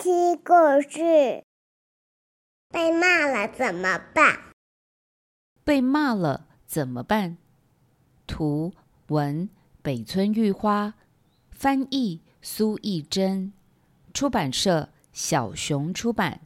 听故事。被骂了怎么办？ 被骂了怎么办？图文北村玉花，翻译苏艺珍，出版社小熊出版。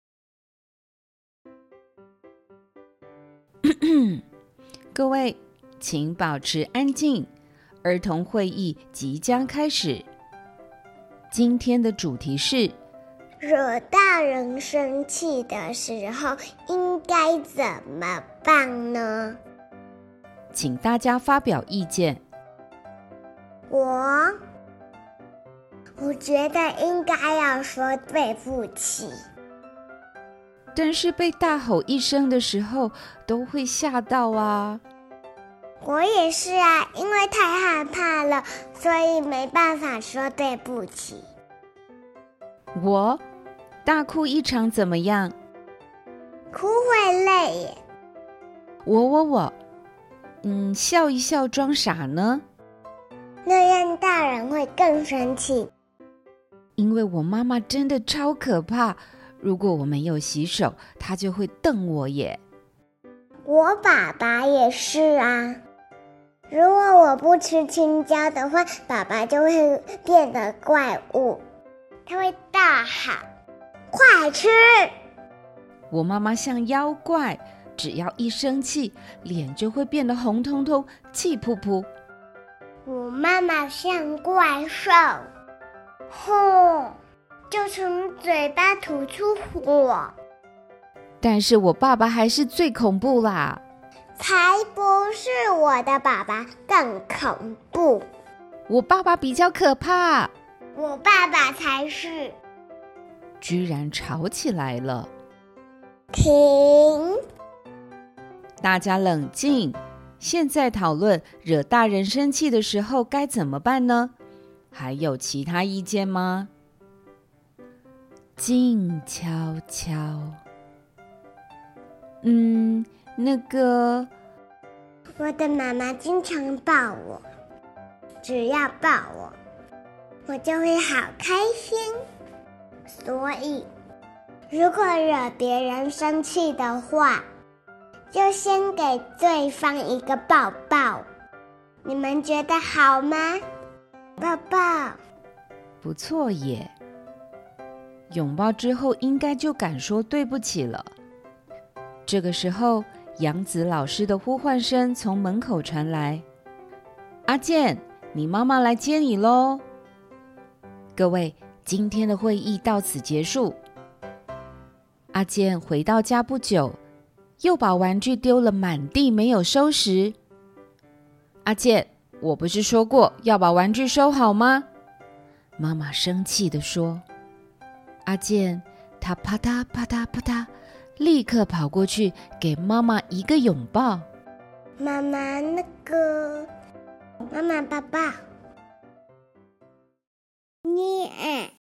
各位，请保持安静，儿童会议即将开始。今天的主题是惹大人生气的时候应该怎么办呢？ 请大家发表意见。 我觉得应该要说对不起。 但是被大吼一声的时候都会吓到啊。 我也是啊，因为太害怕了，所以没办法说对不起。 我大哭一场怎么样？ 哭会累耶。 我笑一笑装傻呢？ 那样大人会更生气。 因为我妈妈真的超可怕，如果我没有洗手，她就会瞪我耶。 我爸爸也是啊。如果我不吃青椒的话，爸爸就会变得怪物，他会大喊快吃。 我妈妈像妖怪，只要一生气，脸就会变得红彤彤，气扑扑。 我妈妈像怪兽，吼，就从嘴巴吐出火。 但是我爸爸还是最恐怖啦。 才不是，我的爸爸更恐怖。 我爸爸比较可怕。 我爸爸才是。 居然吵起来了。 停！ 大家冷静，现在讨论惹大人生气的时候该怎么办呢？还有其他意见吗？静悄悄。 我的妈妈经常抱我，只要抱我，我就会好开心。所以，如果惹别人生气的话，就先给对方一个抱抱。你们觉得好吗？抱抱。 不错耶。拥抱之后应该就敢说对不起了。这个时候，杨子老师的呼唤声从门口传来：阿健，你妈妈来接你咯。各位，今天的会议到此结束。阿健回到家不久，又把玩具丢了满地，没有收拾。阿健，我不是说过要把玩具收好吗？妈妈生气地说。阿健他啪嗒啪嗒啪嗒立刻跑过去给妈妈一个拥抱。 妈妈妈妈抱抱。